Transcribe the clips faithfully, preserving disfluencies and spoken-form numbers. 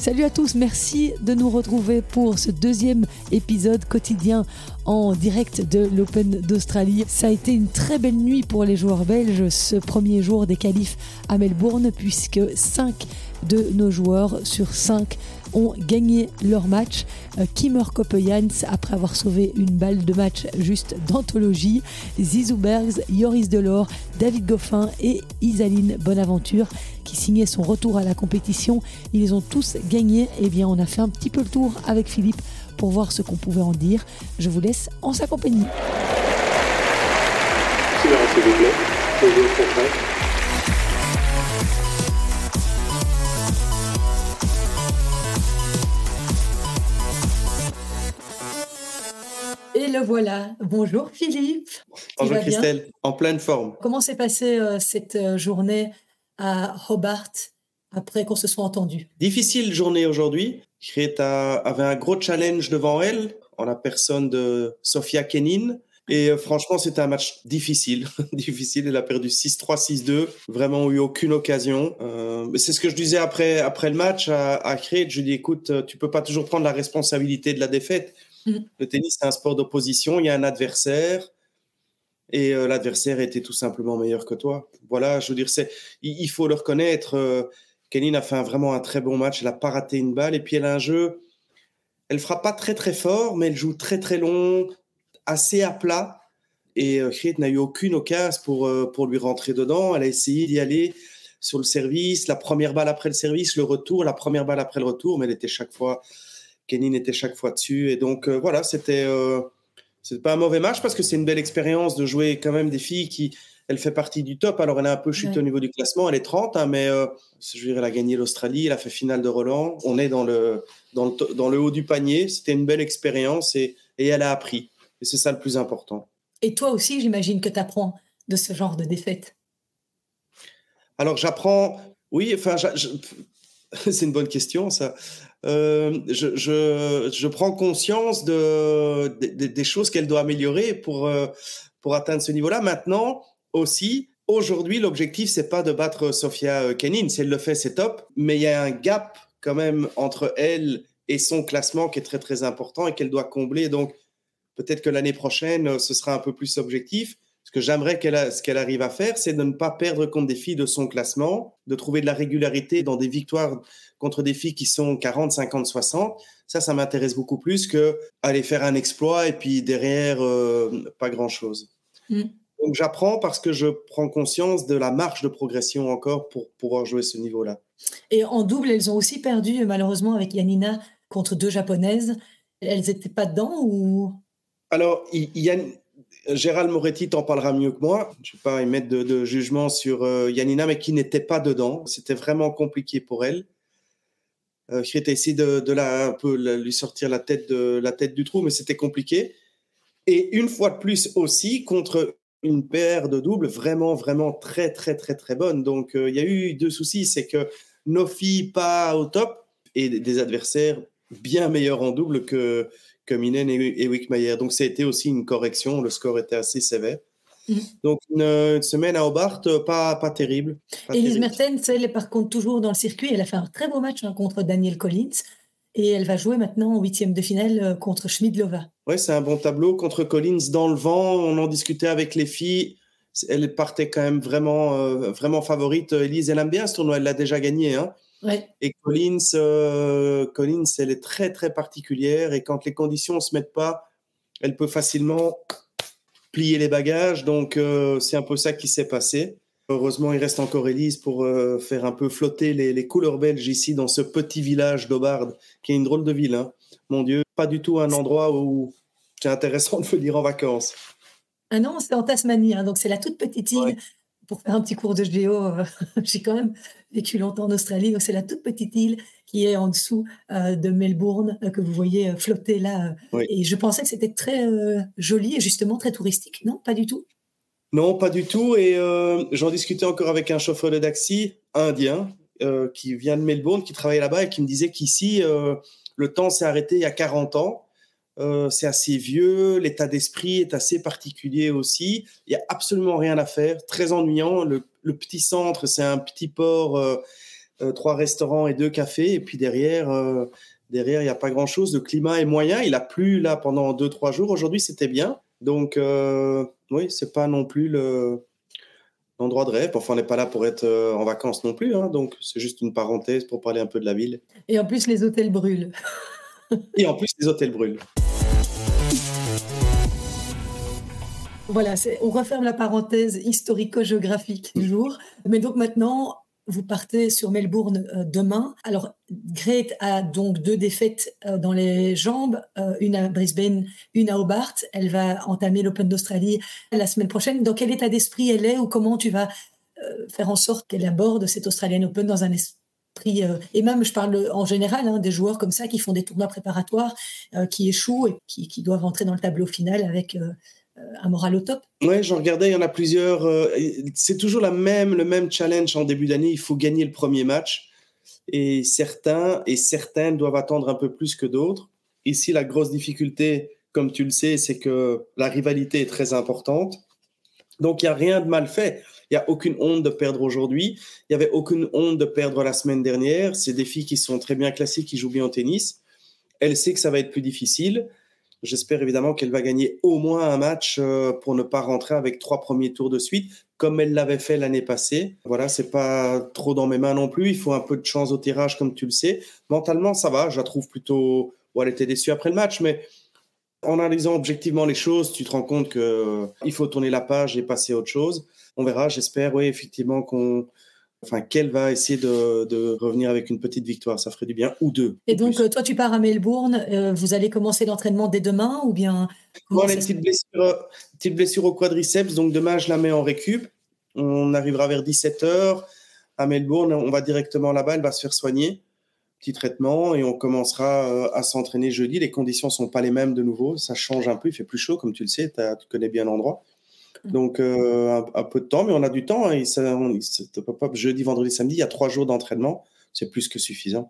Salut à tous, merci de nous retrouver pour ce deuxième épisode quotidien en direct de l'Open d'Australie. Ça a été une très belle nuit pour les joueurs belges, ce premier jour des qualifs à Melbourne, puisque cinq de nos joueurs sur cinq ont gagné leur match. Kimmer Coppejans, après avoir sauvé une balle de match juste d'anthologie, Zizou Bergs, Joris Delors, David Goffin et Isaline Bonaventure qui signaient son retour à la compétition. Ils ont tous gagné. Eh bien, on a fait un petit peu le tour avec Philippe pour voir ce qu'on pouvait en dire. Je vous laisse en sa compagnie. Silence, s'il vous plaît. Bonjour, confrère. Et le voilà. Bonjour Philippe. Bonjour Christelle, en pleine forme. Comment s'est passée euh, cette euh, journée à Hobart après qu'on se soit entendu? Difficile journée aujourd'hui. Greta avait un gros challenge devant elle, en la personne de Sofia Kenin. Et euh, franchement, c'était un match difficile. difficile. Elle a perdu six trois, six deux. Vraiment eu aucune occasion. Euh, c'est ce que je disais après, après le match à, à Crete. Je lui dis, écoute, tu peux pas toujours prendre la responsabilité de la défaite. Mm. Le tennis, c'est un sport d'opposition. Il y a un adversaire. Et euh, l'adversaire était tout simplement meilleur que toi. Voilà, je veux dire, c'est, il, il faut le reconnaître. Euh, Kenin a fait un, vraiment un très bon match. Elle n'a pas raté une balle. Et puis, elle a un jeu... Elle frappe pas très, très fort, mais elle joue très, très long, assez à plat. Et euh, Crete n'a eu aucune occasion pour, euh, pour lui rentrer dedans. Elle a essayé d'y aller sur le service, la première balle après le service, le retour, la première balle après le retour, mais elle était chaque fois... Kenin était chaque fois dessus. Et donc, euh, voilà, c'était... Euh, C'est pas un mauvais match parce que c'est une belle expérience de jouer quand même des filles qui, elle fait partie du top. Alors, elle a un peu chuté ouais. au niveau du classement. Elle est trente, hein, mais euh, je veux dire, elle a gagné l'Australie. Elle a fait finale de Roland. On est dans le, dans le, dans le haut du panier. C'était une belle expérience et, et elle a appris. Et c'est ça le plus important. Et toi aussi, j'imagine que tu apprends de ce genre de défaite. Alors, j'apprends... Oui, enfin, je, je... c'est une bonne question, ça. Euh, je, je, je prends conscience de, de, des choses qu'elle doit améliorer pour, euh, pour atteindre ce niveau-là. Maintenant, aussi, aujourd'hui, l'objectif, c'est pas de battre Sofia Kenin. Si elle le fait, c'est top. Mais il y a un gap quand même entre elle et son classement qui est très, très important et qu'elle doit combler. Donc, peut-être que l'année prochaine, ce sera un peu plus objectif. Ce que j'aimerais qu'elle a, ce qu'elle arrive à faire, c'est de ne pas perdre contre des filles de son classement, de trouver de la régularité dans des victoires contre des filles qui sont quarante, cinquante, soixante. Ça, ça m'intéresse beaucoup plus qu'aller faire un exploit et puis derrière, euh, pas grand-chose. Mm. Donc, j'apprends parce que je prends conscience de la marge de progression encore pour pouvoir jouer ce niveau-là. Et en double, elles ont aussi perdu, malheureusement, avec Yanina contre deux Japonaises. Elles n'étaient pas dedans ou... Alors, il y, y a... Gérald Moretti t'en parlera mieux que moi. Je ne vais pas émettre de, de jugement sur euh, Yanina, mais qui n'était pas dedans. C'était vraiment compliqué pour elle. Euh, j'ai essayé de, de la, un peu la, lui sortir la tête, de, la tête du trou, mais c'était compliqué. Et une fois de plus aussi, contre une paire de doubles vraiment, vraiment très, très, très, très bonne. Donc, il euh, y a eu deux soucis. C'est que nos filles pas au top et des adversaires bien meilleurs en double que... que Minen et, et Wickmayer. Donc, ça a été aussi une correction. Le score était assez sévère. Mmh. Donc, une, une semaine à Hobart, pas, pas terrible. Pas Elise Mertens, elle est par contre toujours dans le circuit. Elle a fait un très beau match hein, contre Danielle Collins. Et elle va jouer maintenant en huitième de finale contre Schmidlova. Oui, c'est un bon tableau. Contre Collins, dans le vent, on en discutait avec les filles. Elle partait quand même vraiment, euh, vraiment favorite. Elise, elle aime bien ce tournoi. Elle l'a déjà gagné, hein. Ouais. Et Collins, euh, Collins, elle est très, très particulière. Et quand les conditions ne se mettent pas, elle peut facilement plier les bagages. Donc, euh, c'est un peu ça qui s'est passé. Heureusement, il reste encore Elise pour euh, faire un peu flotter les, les couleurs belges ici dans ce petit village d'Hobart, qui est une drôle de ville. Hein. Mon Dieu, pas du tout un endroit où c'est intéressant de venir en vacances. Ah non, c'est en Tasmanie. Hein, donc, c'est la toute petite île. Ouais. Pour faire un petit cours de géo, euh, j'ai quand même vécu longtemps en Australie. Donc, c'est la toute petite île qui est en dessous euh, de Melbourne, euh, que vous voyez euh, flotter là. Euh, oui. Et je pensais que c'était très euh, joli et justement très touristique. Non, pas du tout. Non, pas du tout. Et euh, j'en discutais encore avec un chauffeur de taxi indien euh, qui vient de Melbourne, qui travaille là-bas et qui me disait qu'ici, euh, le temps s'est arrêté il y a quarante ans. Euh, c'est assez vieux, l'état d'esprit est assez particulier aussi. Il n'y a absolument rien à faire, très ennuyant. Le, le petit centre, c'est un petit port euh, euh, trois restaurants et deux cafés. Et puis derrière, euh, derrière, il n'y a pas grand-chose. Le climat est moyen. Il a plu là pendant deux, trois jours. Aujourd'hui, c'était bien. Donc, euh, oui, c'est pas non plus le, l'endroit de rêve. Enfin, on n'est pas là pour être euh, en vacances non plus. Hein, donc, c'est juste une parenthèse pour parler un peu de la ville. Et en plus, les hôtels brûlent. Et en plus, les hôtels brûlent. Voilà, c'est, on referme la parenthèse historico-géographique du jour. Mais donc maintenant, vous partez sur Melbourne euh, demain. Alors, Grete a donc deux défaites euh, dans les jambes, euh, une à Brisbane, une à Hobart. Elle va entamer l'Open d'Australie la semaine prochaine. Dans quel état d'esprit elle est ou comment tu vas euh, faire en sorte qu'elle aborde cet Australian Open dans un esprit euh, et même, je parle en général, hein, des joueurs comme ça qui font des tournois préparatoires, euh, qui échouent et qui, qui doivent entrer dans le tableau final avec euh, un moral au top. Oui, j'en regardais, il y en a plusieurs. Euh, c'est toujours la même, le même challenge en début d'année. Il faut gagner le premier match. Et certains et certaines doivent attendre un peu plus que d'autres. Ici, la grosse difficulté, comme tu le sais, c'est que la rivalité est très importante. Donc, il n'y a rien de mal fait. Il n'y a aucune honte de perdre aujourd'hui. Il n'y avait aucune honte de perdre la semaine dernière. C'est des filles qui sont très bien classées, qui jouent bien au tennis. Elle sait que ça va être plus difficile. J'espère évidemment qu'elle va gagner au moins un match euh, pour ne pas rentrer avec trois premiers tours de suite, comme elle l'avait fait l'année passée. Voilà, c'est pas trop dans mes mains non plus. Il faut un peu de chance au tirage, comme tu le sais. Mentalement, ça va. Je la trouve plutôt... Bon, elle était déçue après le match, mais en analysant objectivement les choses, tu te rends compte qu'il euh, faut tourner la page et passer à autre chose. On verra. J'espère, oui, effectivement, qu'on... Enfin, qu'elle va essayer de, de revenir avec une petite victoire, ça ferait du bien, ou deux. Et donc, euh, toi, tu pars à Melbourne, euh, vous allez commencer l'entraînement dès demain, ou bien... Moi, on a une petite blessure, petite blessure au quadriceps, donc demain, je la mets en récup. On arrivera vers dix-sept heures à Melbourne, on va directement là-bas, elle va se faire soigner, petit traitement, et on commencera à s'entraîner jeudi. Les conditions ne sont pas les mêmes de nouveau, ça change un peu, il fait plus chaud, comme tu le sais, tu connais bien l'endroit. Donc, euh, un, un peu de temps, mais on a du temps. Hein, et ça, on, ça, jeudi, vendredi, samedi, il y a trois jours d'entraînement. C'est plus que suffisant.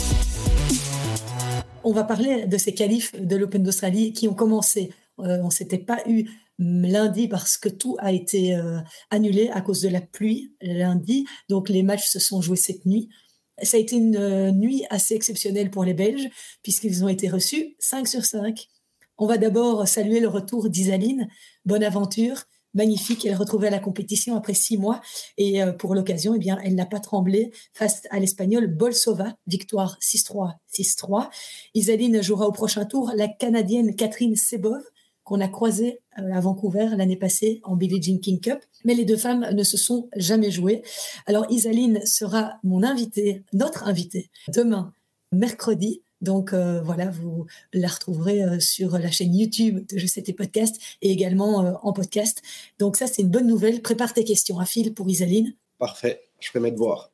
On va parler de ces qualifs de l'Open d'Australie qui ont commencé. Euh, on ne s'était pas eu lundi parce que tout a été euh, annulé à cause de la pluie lundi. Donc, les matchs se sont joués cette nuit. Ça a été une euh, nuit assez exceptionnelle pour les Belges puisqu'ils ont été reçus cinq sur cinq. On va d'abord saluer le retour d'Isaline. Bonne aventure. Magnifique, elle retrouvait la compétition après six mois et euh, pour l'occasion, eh bien, elle n'a pas tremblé face à l'Espagnole Bolsova, victoire six trois, six trois. Isaline jouera au prochain tour la Canadienne Catherine Sebov, qu'on a croisée euh, à Vancouver l'année passée en Billie Jean King Cup, mais les deux femmes ne se sont jamais jouées. Alors Isaline sera mon invitée, notre invitée, demain, mercredi. Donc euh, voilà, vous la retrouverez euh, sur la chaîne YouTube de Je sais tes podcasts et également euh, en podcast. Donc ça, c'est une bonne nouvelle. Prépare tes questions à fil pour Isaline. Parfait, je fais mes devoirs.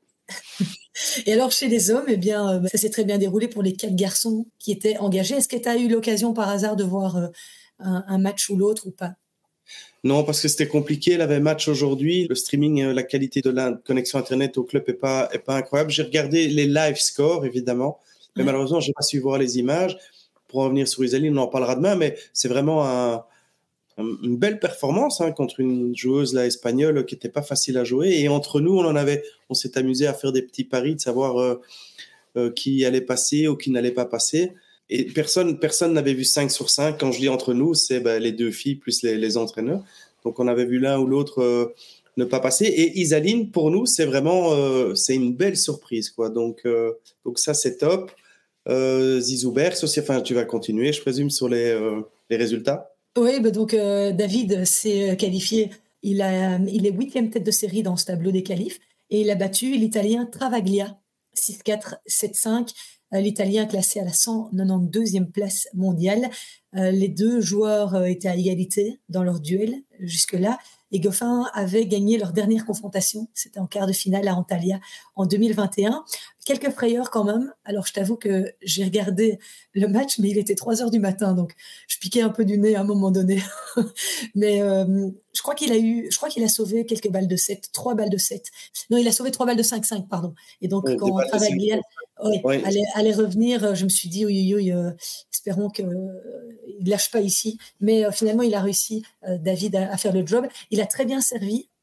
Et alors, chez les hommes, eh bien, euh, ça s'est très bien déroulé pour les quatre garçons qui étaient engagés. Est-ce que tu as eu l'occasion par hasard de voir euh, un, un match ou l'autre ou pas ? Non, parce que c'était compliqué. Elle avait match aujourd'hui. Le streaming, la qualité de la connexion Internet au club n'est pas, est pas incroyable. J'ai regardé les live scores, évidemment. Mais ouais. Malheureusement, je n'ai pas su voir les images. Pour revenir sur Isaline, on en parlera demain, mais c'est vraiment un, un, une belle performance hein, contre une joueuse là, espagnole qui n'était pas facile à jouer. Et entre nous, on, en avait, on s'est amusé à faire des petits paris de savoir euh, euh, qui allait passer ou qui n'allait pas passer. Et personne personne n'avait vu cinq sur cinq. Quand je dis entre nous, c'est ben, les deux filles plus les, les entraîneurs. Donc, on avait vu l'un ou l'autre euh, ne pas passer. Et Isaline, pour nous, c'est vraiment euh, c'est une belle surprise. Quoi. Donc, euh, donc, ça, c'est top. Euh, Zizou Bergs aussi, enfin, tu vas continuer, je présume, sur les, euh, les résultats. Oui, bah donc euh, David s'est qualifié. Il, a, il est huitième tête de série dans ce tableau des qualifs et il a battu l'Italien Travaglia six quatre, sept cinq. Euh, L'Italien classé à la cent quatre-vingt-douzième place mondiale. Euh, les deux joueurs euh, étaient à égalité dans leur duel jusque-là. Les Goffins avaient gagné leur dernière confrontation. C'était en quart de finale à Antalya en deux mille vingt et un. Quelques frayeurs quand même. Alors, je t'avoue que j'ai regardé le match, mais il était trois heures du matin, donc je piquais un peu du nez à un moment donné. mais euh, je crois qu'il a eu, je crois qu'il a sauvé quelques balles de sept, trois balles de sept. Non, il a sauvé trois balles de cinq cinq, pardon. Et donc, oui, quand Travaglia oui, oui. allait, allait revenir, je me suis dit, oui, oui, euh, espérons qu'il ne lâche pas ici. Mais euh, finalement, il a réussi, euh, David, à, à faire le job. Il a très bien servi.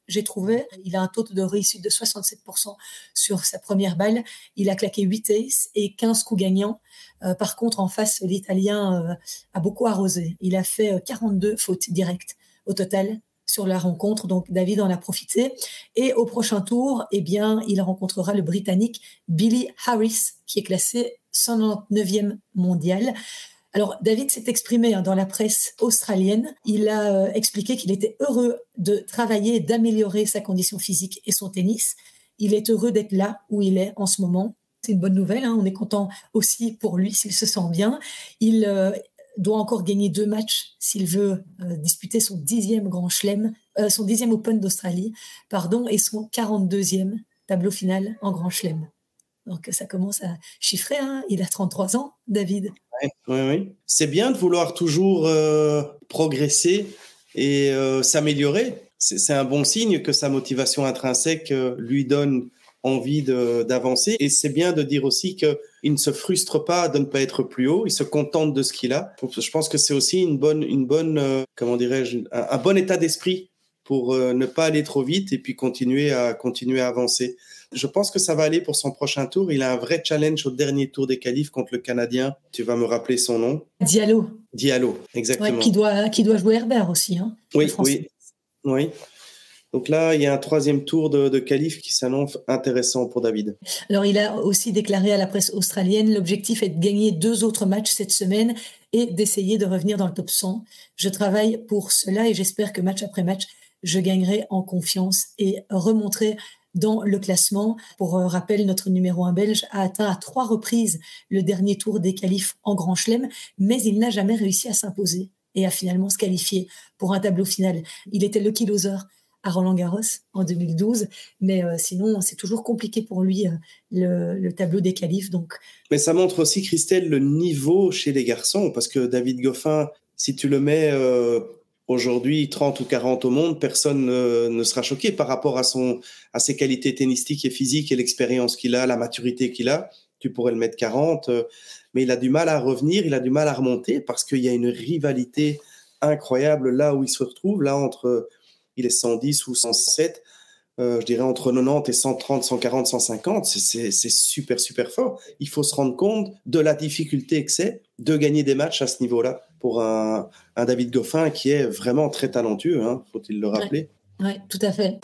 j'ai trouvé. Il a un taux de réussite de soixante-sept pour cent sur sa première balle. Il a claqué huit aces et quinze coups gagnants. Euh, par contre, en face, l'Italien euh, a beaucoup arrosé. Il a fait euh, quarante-deux fautes directes au total sur la rencontre. Donc, David en a profité. Et au prochain tour, eh bien, il rencontrera le Britannique Billy Harris, qui est classé cent quatre-vingt-neuvième mondial. Alors, David s'est exprimé hein, dans la presse australienne. Il a euh, expliqué qu'il était heureux de travailler et d'améliorer sa condition physique et son tennis. Il est heureux d'être là où il est en ce moment. C'est une bonne nouvelle. Hein. On est content aussi pour lui s'il se sent bien. Il euh, doit encore gagner deux matchs s'il veut euh, disputer son dixième Grand Chelem, euh, son dixième Open d'Australie, pardon, et son quarante-deuxième tableau final en Grand Chelem. Donc, ça commence à chiffrer. Hein. Il a trente-trois ans, David. Oui, oui, oui. C'est bien de vouloir toujours euh, progresser et euh, s'améliorer. C'est, c'est un bon signe que sa motivation intrinsèque euh, lui donne envie de, d'avancer. Et c'est bien de dire aussi qu'il ne se frustre pas de ne pas être plus haut. Il se contente de ce qu'il a. Je pense que c'est aussi une bonne, une bonne euh, comment dirais-je, un, un bon état d'esprit pour euh, ne pas aller trop vite et puis continuer à, continuer à avancer. Je pense que ça va aller pour son prochain tour. Il a un vrai challenge au dernier tour des qualifs contre le Canadien. Tu vas me rappeler son nom? Diallo. Diallo, exactement. Ouais, qui doit, qui doit jouer Herbert aussi. Hein, oui, oui, oui. Donc là, il y a un troisième tour de, de qualif qui s'annonce intéressant pour David. Alors, il a aussi déclaré à la presse australienne, l'objectif est de gagner deux autres matchs cette semaine et d'essayer de revenir dans le top cent. Je travaille pour cela et j'espère que match après match, je gagnerai en confiance et remonterai dans le classement. Pour rappel, notre numéro un belge a atteint à trois reprises le dernier tour des qualifs en Grand Chelem, mais il n'a jamais réussi à s'imposer et à finalement se qualifier pour un tableau final. Il était lucky loser à Roland-Garros en deux mille douze, mais euh, sinon, c'est toujours compliqué pour lui, euh, le, le tableau des qualifs. Donc. Mais ça montre aussi, Christelle, le niveau chez les garçons, parce que David Goffin, si tu le mets euh, aujourd'hui trente ou quarante au monde, personne euh, ne sera choqué par rapport à, son, à ses qualités tennistiques et physiques et l'expérience qu'il a, la maturité qu'il a. Tu pourrais le mettre quarante, euh, mais il a du mal à revenir, il a du mal à remonter parce qu'il y a une rivalité incroyable là où il se retrouve, là entre... il est cent dix ou cent sept, euh, je dirais entre quatre-vingt-dix et cent trente, cent quarante, cent cinquante, c'est, c'est, c'est super, super fort. Il faut se rendre compte de la difficulté que c'est de gagner des matchs à ce niveau-là pour un, un David Goffin qui est vraiment très talentueux, hein, faut-il le rappeler. Oui, ouais, tout à fait.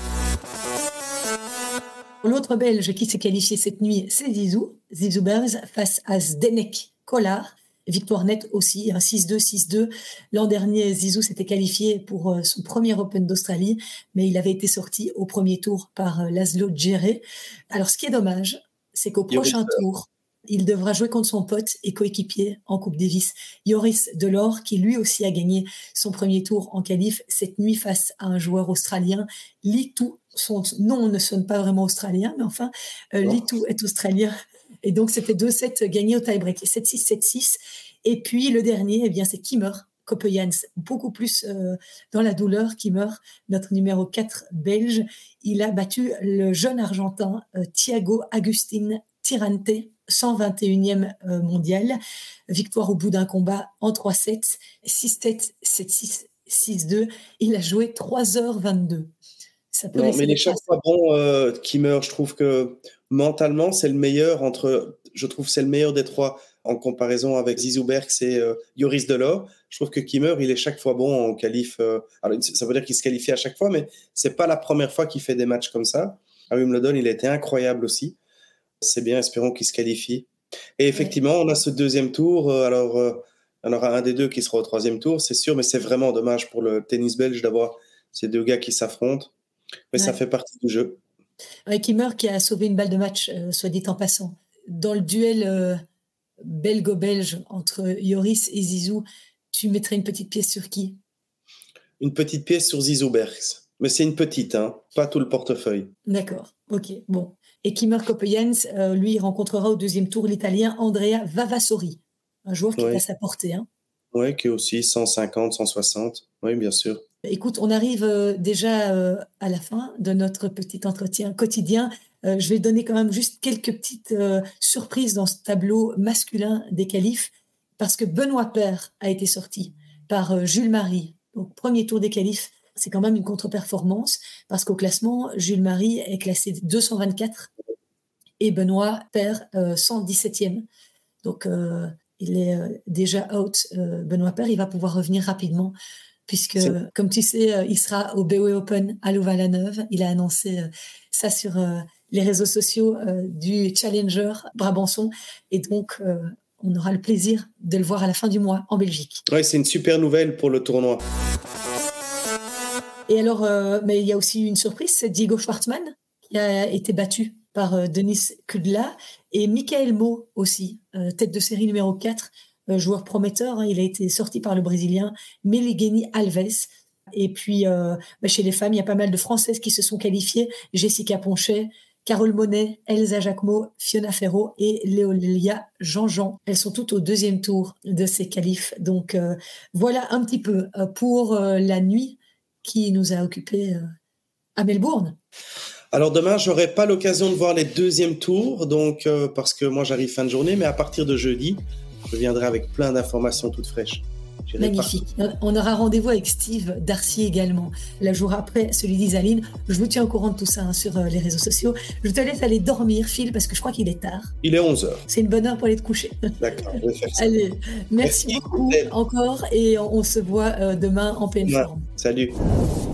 L'autre Belge qui s'est qualifié cette nuit, c'est Zizou, Zizou Bergs face à Zdenek Kolar. Victoire nette aussi, hein, six deux, six deux. L'an dernier, Zizou s'était qualifié pour euh, son premier Open d'Australie, mais il avait été sorti au premier tour par euh, Laszlo Djere. Alors, ce qui est dommage, c'est qu'au prochain tour, il devra jouer contre son pote et coéquipier en Coupe Davis, Joris Delors, qui lui aussi a gagné son premier tour en qualif cette nuit face à un joueur australien, Litu. Son nom ne sonne pas vraiment australien, mais enfin, euh, Litu est australien. Et donc, c'était deux sets gagnés au tie-break, sept six, sept six. Et puis, le dernier, eh bien, c'est Kimmer Coppejans, beaucoup plus euh, dans la douleur. Kimmer, notre numéro quatre belge, il a battu le jeune Argentin euh, Thiago Agustin Tirante, cent vingt et unième euh, mondial. Victoire au bout d'un combat en trois sets, six sept, sept six, six deux. Il a joué trois heures vingt-deux. Ça peut non, mais il est chaque fois bon, euh, Kimmer. Je trouve que mentalement, c'est le meilleur entre. Je trouve que c'est le meilleur des trois en comparaison avec Zizou Bergs et euh, Joris Delors. Je trouve que Kimmer, il est chaque fois bon en qualif. Euh, alors, ça veut dire qu'il se qualifie à chaque fois, mais c'est pas la première fois qu'il fait des matchs comme ça. À Wimbledon, il a été incroyable aussi. C'est bien, espérons qu'il se qualifie. Et effectivement, on a ce deuxième tour. Euh, alors, euh, on aura un des deux qui sera au troisième tour, c'est sûr, mais c'est vraiment dommage pour le tennis belge d'avoir ces deux gars qui s'affrontent. Mais ouais. Ça fait partie du jeu. Ouais, Kimmer qui a sauvé une balle de match, euh, soit dit en passant. Dans le duel euh, belgo-belge entre Joris et Zizou, tu mettrais une petite pièce sur qui? Une petite pièce sur Zizou Bergs. Mais c'est une petite, hein, pas tout le portefeuille. D'accord, ok, bon. Et Kimmer Coppejans, euh, lui, il rencontrera au deuxième tour l'Italien Andrea Vavassori, un joueur qui ouais. est à sa portée. Hein. Oui, qui est aussi cent cinquante, cent soixante, oui, bien sûr. Écoute, on arrive euh, déjà euh, à la fin de notre petit entretien quotidien. Euh, je vais donner quand même juste quelques petites euh, surprises dans ce tableau masculin des qualifs, parce que Benoît Paire a été sorti par euh, Jules Marie, donc premier tour des qualifs, c'est quand même une contre-performance parce qu'au classement, Jules Marie est classé deux cent vingt-quatre et Benoît Paire euh, cent dix-septième. Donc, euh, il est euh, déjà out. Euh, Benoît Paire, il va pouvoir revenir rapidement puisque, c'est... comme tu sais, euh, il sera au B O E Open à Louvain-la-Neuve. Il a annoncé euh, ça sur euh, les réseaux sociaux euh, du Challenger Brabançon. Et donc, euh, on aura le plaisir de le voir à la fin du mois en Belgique. Oui, c'est une super nouvelle pour le tournoi. Et alors, euh, mais il y a aussi une surprise, c'est Diego Schwartzmann qui a été battu par euh, Denis Kudla et Michael Mo aussi, euh, tête de série numéro quatre, euh, joueur prometteur. Hein, il a été sorti par le Brésilien Meligeni Alves. Et puis, euh, bah, chez les femmes, il y a pas mal de Françaises qui se sont qualifiées. Jessica Ponchet, Carole Monet, Elsa Jacquemot, Fiona Ferro et Léolia Jean-Jean. Elles sont toutes au deuxième tour de ces qualifs. Donc, euh, voilà un petit peu euh, pour euh, la nuit qui nous a occupés euh, à Melbourne. Alors demain, je n'aurai pas l'occasion de voir les deuxièmes tours, donc, euh, parce que moi j'arrive fin de journée, mais à partir de jeudi, je viendrai avec plein d'informations toutes fraîches. J'irai Magnifique. Partout. On aura rendez-vous avec Steve Darcy également, le jour après celui d'Isaline. Je vous tiens au courant de tout ça hein, sur euh, les réseaux sociaux. Je te laisse aller dormir, Phil, parce que je crois qu'il est tard. Il est onze heures. C'est une bonne heure pour aller te coucher. D'accord, je vais faire ça. Allez, merci, merci beaucoup encore et on, on se voit euh, demain en pleine ouais. forme. Salut.